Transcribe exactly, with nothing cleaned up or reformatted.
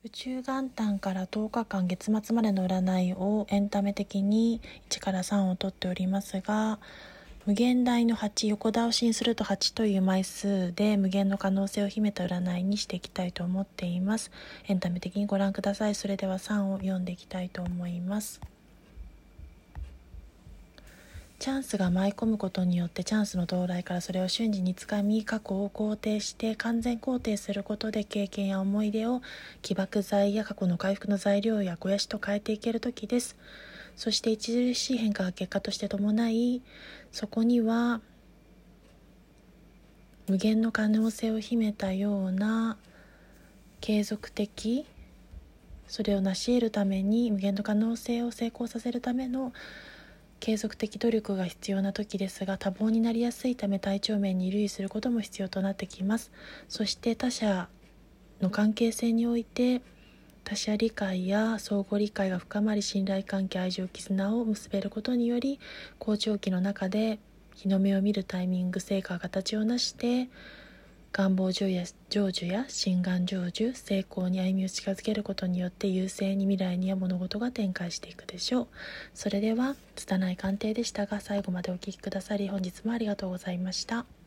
宇宙元旦からとおかかん月末までの占いをエンタメ的にいちからさんをとっておりますが、無限大のはち、横倒しにするとはちという枚数で無限の可能性を秘めた占いにしていきたいと思っています。エンタメ的にご覧ください。それではさんを読んでいきたいと思います。チャンスが舞い込むことによってチャンスの到来からそれを瞬時につかみ、過去を肯定して完全肯定することで経験や思い出を起爆剤や過去の回復の材料や肥やしと変えていける時です。そして著しい変化が結果として伴い、そこには無限の可能性を秘めたような継続的、それを成し得るために無限の可能性を成功させるための継続的努力が必要な時ですが、多忙になりやすいため体調面に留意することも必要となってきます。そして他者の関係性において他者理解や相互理解が深まり、信頼関係、愛情、絆を結べることにより、好調期の中で日の目を見るタイミング、成果が形を成して願望成就や心願成就、成功に歩みを近づけることによって優勢に未来には物事が展開していくでしょう。それでは拙い鑑定でしたが、最後までお聞きくださり本日もありがとうございました。